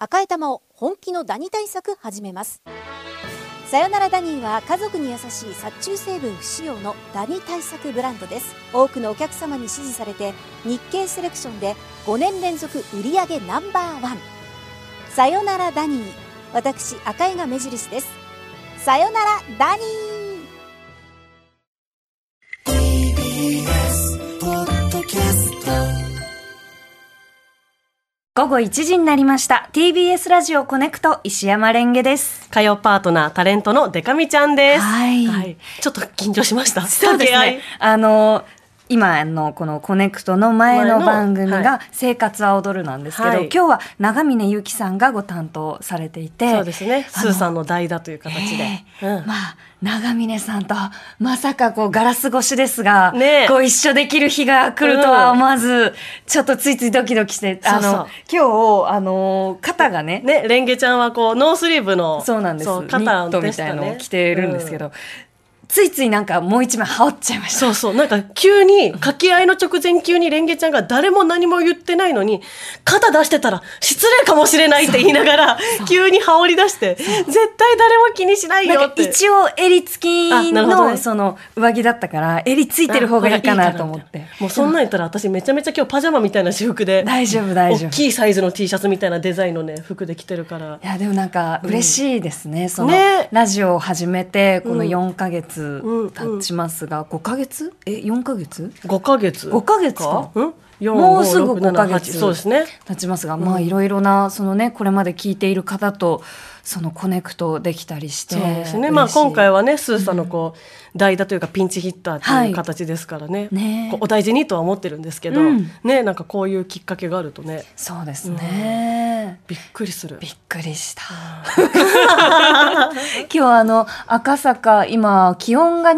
赤い玉を本気のダニ対策始めます。さよならダニーは家族に優しい殺虫成分不使用のダニ対策ブランドです。多くのお客様に支持されて日経セレクションで5年連続売上No.1。さよならダニー、私赤井が目印です。さよならダニー。 TBS ポッドキャスト、 午後1時になりました。 TBS ラジオコネクト、石山レンゲです。 火曜パートナータレントのデカミちゃんです。 はい、 ちょっと緊張しました。 そうですね、今のこのコネクトの前の番組が生活は踊るなんですけど、今日は長峰ゆきさんがご担当されていて、 そうですね、スーさんの代打という形で、 まあ長峰さんとまさかこうガラス越しですが、ご一緒できる日が来るとは思わず、ちょっとついついドキドキして、今日肩がね、 レンゲちゃんはこうノースリーブのそうなんです、 肩ニットみたいのを着てるんですけど、ついついなんかもう一枚羽織っちゃいました。 そうなんか急に掛け合いの直前、急にレンゲちゃんが誰も何も言ってないのに肩出してたら失礼かもしれないって言いながら急に羽織り出して、絶対誰も気にしないよって。 一応襟付きのその上着だったから襟ついてる方がいいかなと思って、 もうそんなん言ったら私めちゃめちゃ今日パジャマみたいな私服で、 大丈夫大きいサイズの T シャツみたいなデザインのね服で着てるから。 いやでもなんか嬉しいですね、そのラジオを始めてこの4ヶ月経ちますが、5ヶ月4ヶ月 5ヶ月 5ヶ月か、 もうすぐ5ヶ月そうですね経ちますが、まあいろいろなそのねこれまで聞いている方とそのコネクトできたりして、 そうですね、まあ今回はねスーさんのこう代打というかピンチヒッターという形ですからね、こうお大事にとは思ってるんですけど、なんかこういうきっかけがあるとね。 そうですね、 びっくりする。 びっくりした今日赤坂今気温が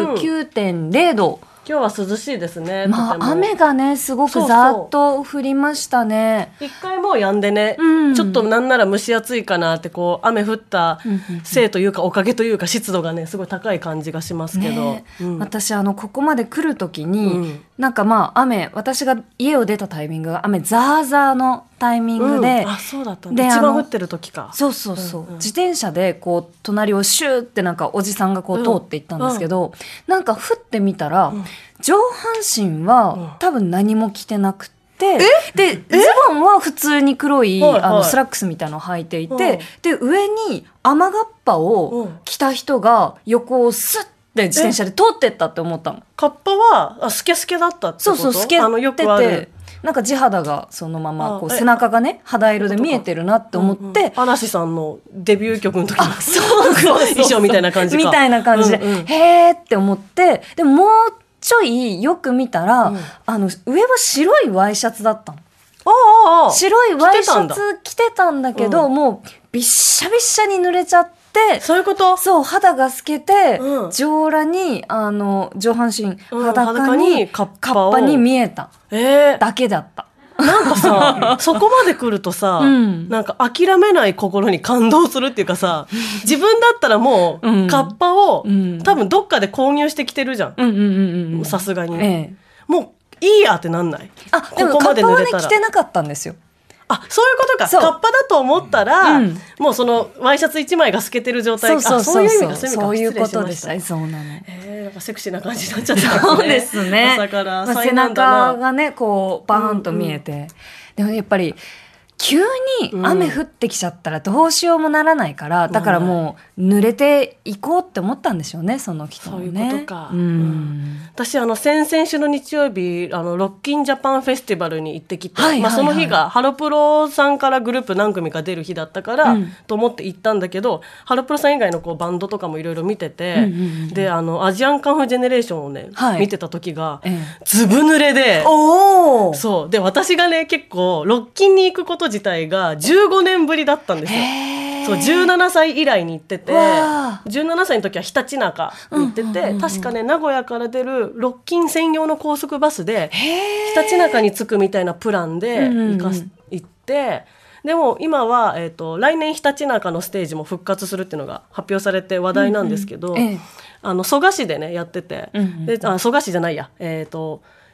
29.0 度、 今日は涼しいですね。 雨がねすごくざーっと降りましたね。 一回もう止んでね、ちょっとなんなら蒸し暑いかなって、こう雨降ったせいというかおかげというか湿度がねすごい高い感じがしますけど、 私ここまで来る時に、なんか雨、私が家を出たタイミングが雨ザーザーのタイミングで、 そうだったんだ。一番降ってる時か。 そう、自転車でこう隣をシューってなんかおじさんがこう通っていったんですけど、なんか降ってみたら、上半身は多分何も着てなくて、でズボンは普通に黒いスラックスみたいなのを履いていて、で上に雨がっぱを着た人が横をスッで自転車で通ってったって思ったの。 カッパはスケスケだったってこと？ そうスケってて、なんか地肌がそのままこう背中がね肌色で見えてるなって思って、 嵐さんのデビュー曲の時の衣装みたいな感じかみたいな感じで、へーって思って、でももうちょいよく見たら、上は白いワイシャツだったの。白いワイシャツ着てたんだけど、もうびっしゃびっしゃに濡れちゃって、 そういうこと？ そう、肌が透けて、上裸に上半身裸にカッパに見えただけだった。 なんかさそこまで来るとさ、なんか諦めない心に感動するっていうかさ、自分だったらもうカッパを多分どっかで購入してきてるじゃん、さすがに、もういいやってなんない？ でもカッパはね着てなかったんですよ。 そういうことか。カッパだと思ったら、もうそのワイシャツ1枚が透けてる状態。そういう意味か。 そういうことでした。そうなの。 なんかセクシーな感じになっちゃった、 そうですね。 朝から背中がねこうバーンと見えて、でもやっぱり急に雨降ってきちゃったらどうしようもならないから、だからもう濡れていこうって思ったんでしょうね、その人もね。 そういうことか。私先々週の日曜日ロッキンジャパンフェスティバルに行ってきて、その日がハロプロさんからグループ何組か出る日だったから、と思って行ったんだけど、ハロプロさん以外のこうバンドとかもいろいろ見てて、でアジアンカンフージェネレーションをね、見てた時が、ずぶ濡れで、そうで私がね結構ロッキンに行くこと自体が15年ぶりだったんですよ。そう17歳以来に行ってて、17歳の時はひたちなかに行ってて、確かね名古屋から出るロッキン専用の高速バスでひたちなかに着くみたいなプランで行って、でも今は、来年ひたちなかのステージも復活するっていうのが発表されて話題なんですけど、蘇我市でねやってて、で蘇我市じゃないや、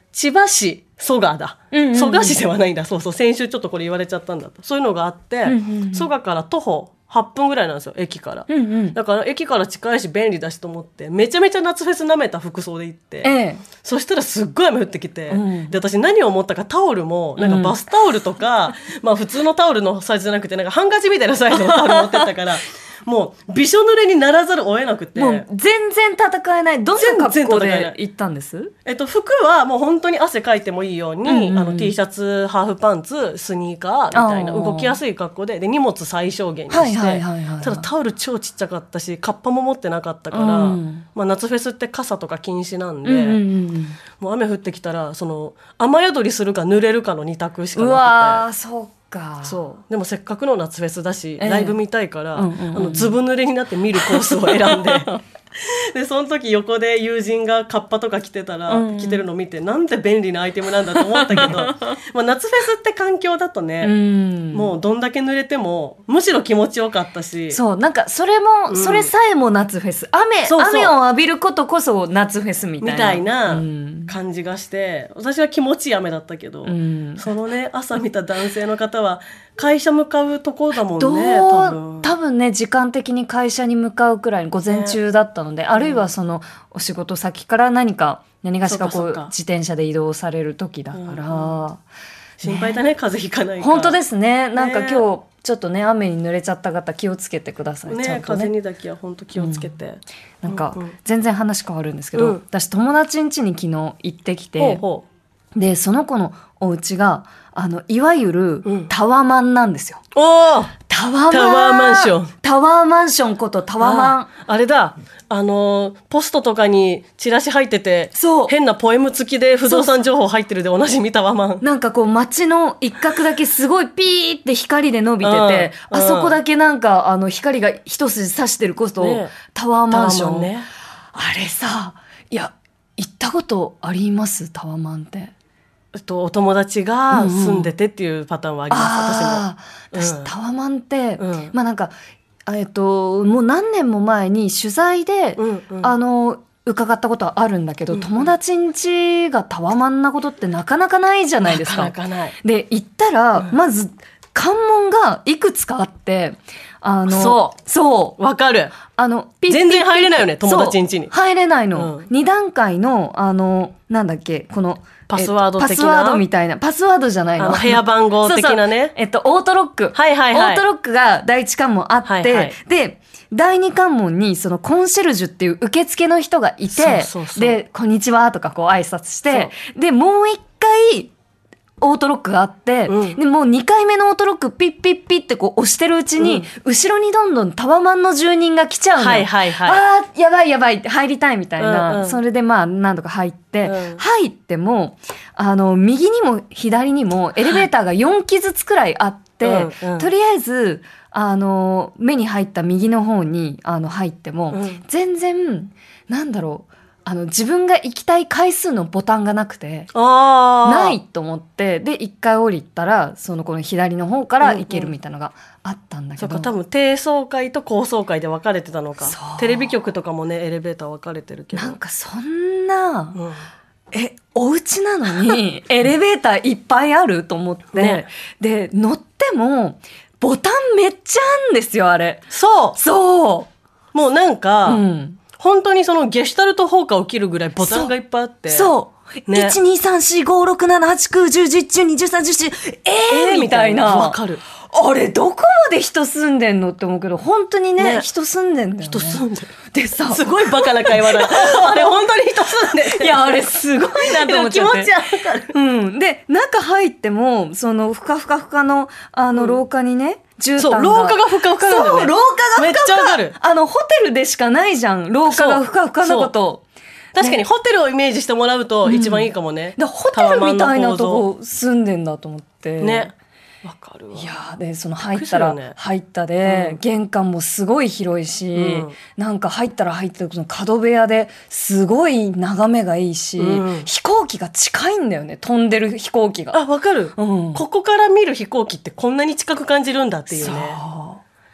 千葉市蘇我だ、 うんうんうん蘇我市ではないんだ、そうそう、先週ちょっとこれ言われちゃったんだと、そういうのがあって、 うんうんうん蘇我から徒歩8分ぐらいなんですよ、駅から、 うんうん。 だから駅から近いし便利だしと思ってめちゃめちゃ夏フェス舐めた服装で行って、 ええ。 そしたらすっごい雨降ってきて、 うんで私何を思ったか、タオルもなんかバスタオルとか、まあ普通のタオルのサイズじゃなくてなんかハンカチみたいなサイズのタオル持ってったからもうびしょ濡れにならざるを得なくて、 もう全然戦えない。どんな格好全然戦えないで行ったんです？ 服はもう本当に汗かいてもいいように、 うんうんうん T シャツ、ハーフパンツ、スニーカーみたいなあー動きやすい格好で、荷物最小限にして、 はいはいはいはいはいただタオル超ちっちゃかったし、カッパも持ってなかったから、 うんまあ、夏フェスって傘とか禁止なんで、 うんうんうんもう雨降ってきたら、その雨宿りするか濡れるかの2択しかうなわー、そうか。 くて。そうでもせっかくの夏フェスだし、 ええライブ見たいから、 うんうんうんずぶ濡れになって見るコースを選んででその時横で友人がカッパとか着てたら、 うん着てるの見てなんて便利なアイテムなんだと思ったけどまあ夏フェスって環境だとね、 うん。 もうどんだけ濡れてもむしろ気持ちよかったし、 そう、なんかそれも、それさえも夏フェス。 そうそう雨を浴びることこそ夏フェスみたいな。 みたいなうん感じがして、私は気持ちいい雨だったけど、 んそのね朝見た男性の方は会社向かうところだもんね、 多分ね、時間的に会社に向かうくらい午前中だったので、あるいはそのお仕事先から何がしかこそううか自転車で移動される時だから、 心配だね、風邪ひかないか。 本当ですね。なんかね今日ちょっとね、雨に濡れちゃった方気をつけてください。ちゃね、 んと風ね。 にだけは本当気をつけて、 なんかうんうん全然話変わるんですけど、 うん私友達ん家に昨日行ってきて、 ほうほでその子のお家がいわゆるうんタワマンなんですよ。 う、おータワマン。 タワーマンション。 タワーマンションことタワマン。 あれだ、ポストとかにチラシ入ってて、 そう変なポエム付きで不動産情報入ってるでおなじみタワマン。 なんかこう街の一角だけすごいピーって光で伸びてて、 うんあそこだけなんか光が一筋差してることを、 ねタワーマンション。 タワマンね。 あれさ、いや、行ったことありますタワマンって。 お友達が住んでてっていうパターンはあります、 ああ、 私も。 私タワマンって、 うんまあなんか、もう何年も前に取材で、 うんうん伺ったことはあるんだけど、 うんうん友達ん家がタワマンなことってなかなかないじゃないですか。 なかなかない。 で、行ったら、まず、関門がいくつかあって、そう。 わかる。 ピッ全然入れないよね、 ピッ友達ん家にそう入れないの。 うん 2段階の、なんだっけ、この、 パスワード的なパスワードみたいな。パスワードじゃないの。 部屋番号的なね。 そうそうオートロック。 はいはいはいオートロックが第一関門あって、 はいはいで、第二関門にそのコンシェルジュっていう受付の人がいて、 そうそうそうで、こんにちはとかこう挨拶して、で、もう一回、オートロックがあって、 うんで、もう2回目のオートロックピッピッピッってこう押してるうちに、後ろにどんどんタワマンの住人が来ちゃうのよ。 はいはいはいああ、やばいやばいって入りたいみたいな。 うんうんそれでまあ何度か入って、 うん入っても、右にも左にもエレベーターが4機ずつくらいあって、 うんうんとりあえず、目に入った右の方に入っても、 うん全然、なんだろう、自分が行きたい回数のボタンがなくて、 ああ。 ないと思って、で、一回降りたら、この左の方から行けるみたいなのがあったんだけど。 そっか、多分低層階と高層階で分かれてたのかそう。 テレビ局とかもね、エレベーター分かれてるけど。 なんかそんな、 うんお家なのにエレベーターいっぱいあると思って、 ねで、乗っても、ボタンめっちゃあんですよ、あれ。 そそうもうなんか、 うん。 本当にそのゲシュタルト放火起きるぐらいボタンがいっぱいあって。 そう。 ね 1、2、3、4、5、6、7、8、9、10、11、12、13、14、みたいな。 わかる。 あれ、どこまで人住んでんのって思うけど、本当にね、 ね人住んでんだよね。 人住んでる。 でさ、 すごいバカな会話だ。あれ本当に人住んでる。 いや、あれすごいなと思っちゃって。 気持ちはわかる。 うん。で、中入っても、ふかふかふかの、廊下にね、絨毯が。 そう、廊下がふかふかなんだよね。 そう、廊下がふかふか。 めっちゃわかる。 ホテルでしかないじゃん。廊下がふかふかのこと。 確かにホテルをイメージしてもらうと一番いいかもね。 で、ホテルみたいなとこ住んでんだと思って。 ね。わかるわ。 いやーで、入ったびっくりするよら、 ね入ったで、 うん玄関もすごい広いし、 うんなんか入ったら入ったら、その角部屋ですごい眺めがいいし、 うん飛行機が近いんだよね、飛んでる飛行機が。 あ、わかる。 うんここから見る飛行機ってこんなに近く感じるんだっていうね。 そう。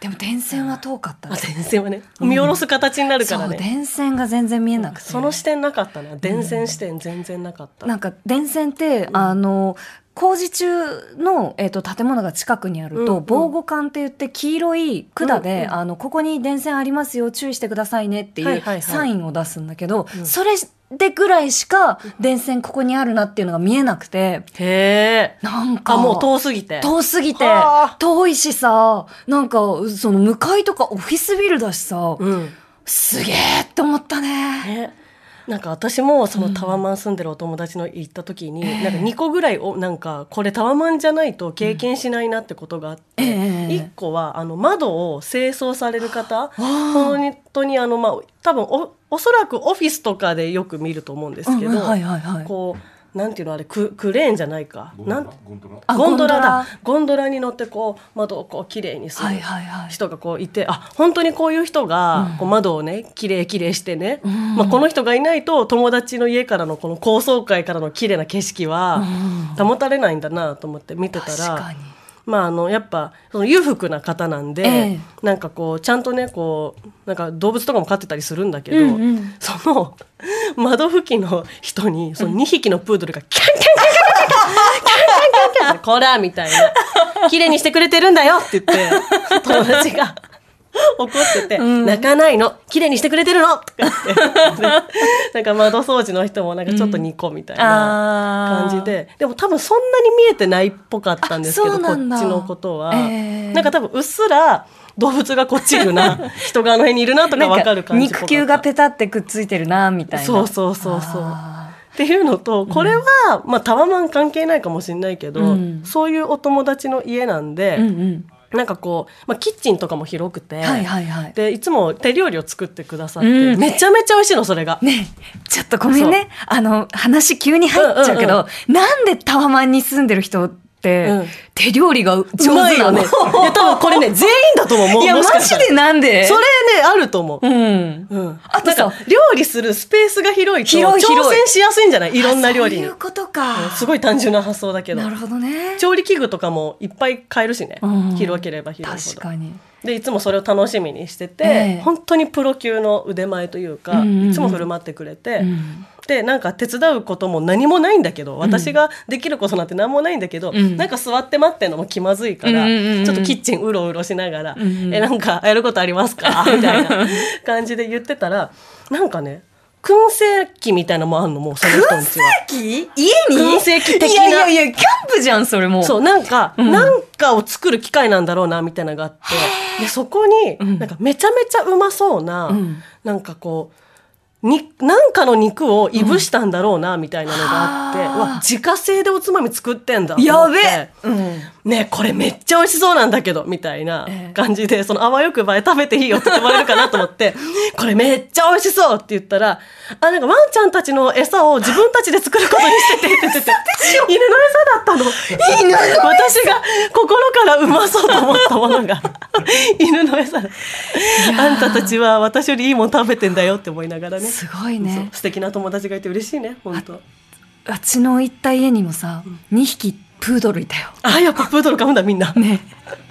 でも電線は遠かったね。 電線はね、見下ろす形になるからね。 そう、電線が全然見えなくて。 その視点なかったな。電線視点全然なかった。 なんか電線って、工事中の、建物が近くにあると、防護管って言って黄色い管で、ここに電線ありますよ、注意してくださいねっていうサインを出すんだけど、それでぐらいしか電線ここにあるなっていうのが見えなくて、 へー、 なんかもう遠すぎて遠いしさ、なんかその向かいとかオフィスビルだしさ、すげーって思ったね。 なんか私もそのタワマン住んでるお友達の行った時に、なんか2個ぐらいなんかこれタワマンじゃないと経験しないなってことがあって、1個は窓を清掃される方、本当に多分おそらくオフィスとかでよく見ると思うんですけど、こうなんていうのあれ、クレーンじゃないか、ゴンドラに乗ってこう窓をこう綺麗にする人がこういて、本当にこういう人がこう窓をね綺麗してね、この人がいないと友達の家からのこの高層階からの綺麗な景色は保たれないんだなと思って見てたら、やっぱその裕福な方なんで、なんかこうちゃんとねこうなんか動物とかも飼ってたりするんだけど、その窓拭きの人にその2匹のプードルがキャンキャンキャンキャンキャンキャンキャンキャンキャンこらみたいな、綺麗にしてくれてるんだよって言って友達が怒ってて、泣かないの、綺麗にしてくれてるのとか言ってなんか窓掃除の人もなんかちょっとニコみたいな感じで、でも多分そんなに見えてないっぽかったんですけど、こっちのことは、なんか多分うっすら動物がこっちいるな人があの辺にいるなとか分かる感じっぽかった。 肉球がペタってくっついてるなみたいな。 そうっていうのと、これは、タワマン関係ないかもしれないけど、そういうお友達の家なんで、なんかこう、キッチンとかも広くて、でいつも手料理を作ってくださって、めちゃめちゃ美味しいのそれが。 ね、ちょっとごめんね、話急に入っちゃうけど、なんでタワマンに住んでる人って手料理が上手なの？ いや多分これね全員だと思う。 いやマジでなんで？ それねあると思う。あとさ、料理するスペースが広いと挑戦しやすいんじゃない？いろんな料理に。 そういうことか。 すごい単純な発想だけど。 なるほどね。 調理器具とかもいっぱい買えるしね。広ければ広いほど。 確かに。 でいつもそれを楽しみにしてて、本当にプロ級の腕前というか、いつも振る舞ってくれて、でなんか手伝うことも何もないんだけど、私ができることなんて何もないんだけど、なんか座って待ってんのも気まずいから、ちょっとキッチンうろうろしながら、なんかやることありますかみたいな感じで言ってたら、なんかね燻製機みたいなのもあんの、もうその人んちは。 燻製機？家に？ 燻製機的な。 いやキャンプじゃんそれも。 そうなんかを作る機械なんだろうなみたいなのがあって、でそこになんかめちゃめちゃうまそうな、なんかこうなんかの肉をいぶしたんだろうなみたいなのがあって、自家製でおつまみ作ってんだと思って、 やべ、 ねこれめっちゃ美味しそうなんだけどみたいな感じで、そのあわよくば食べていいよって言ってもらえるかなと思ってこれめっちゃ美味しそうって言ったら、なんかワンちゃんたちの餌を自分たちで作ることにしててって言ってて犬の餌だったの。私が心からうまそうと思ったものが犬の餌だ。あんたたちは私よりいいもん食べてんだよって思いながらね。 すごいね。 素敵な友達がいて嬉しいね本当。 うちの行った家にもさ、2匹プードルいたよ。 やっぱプードル飼うんだみんな。 ね。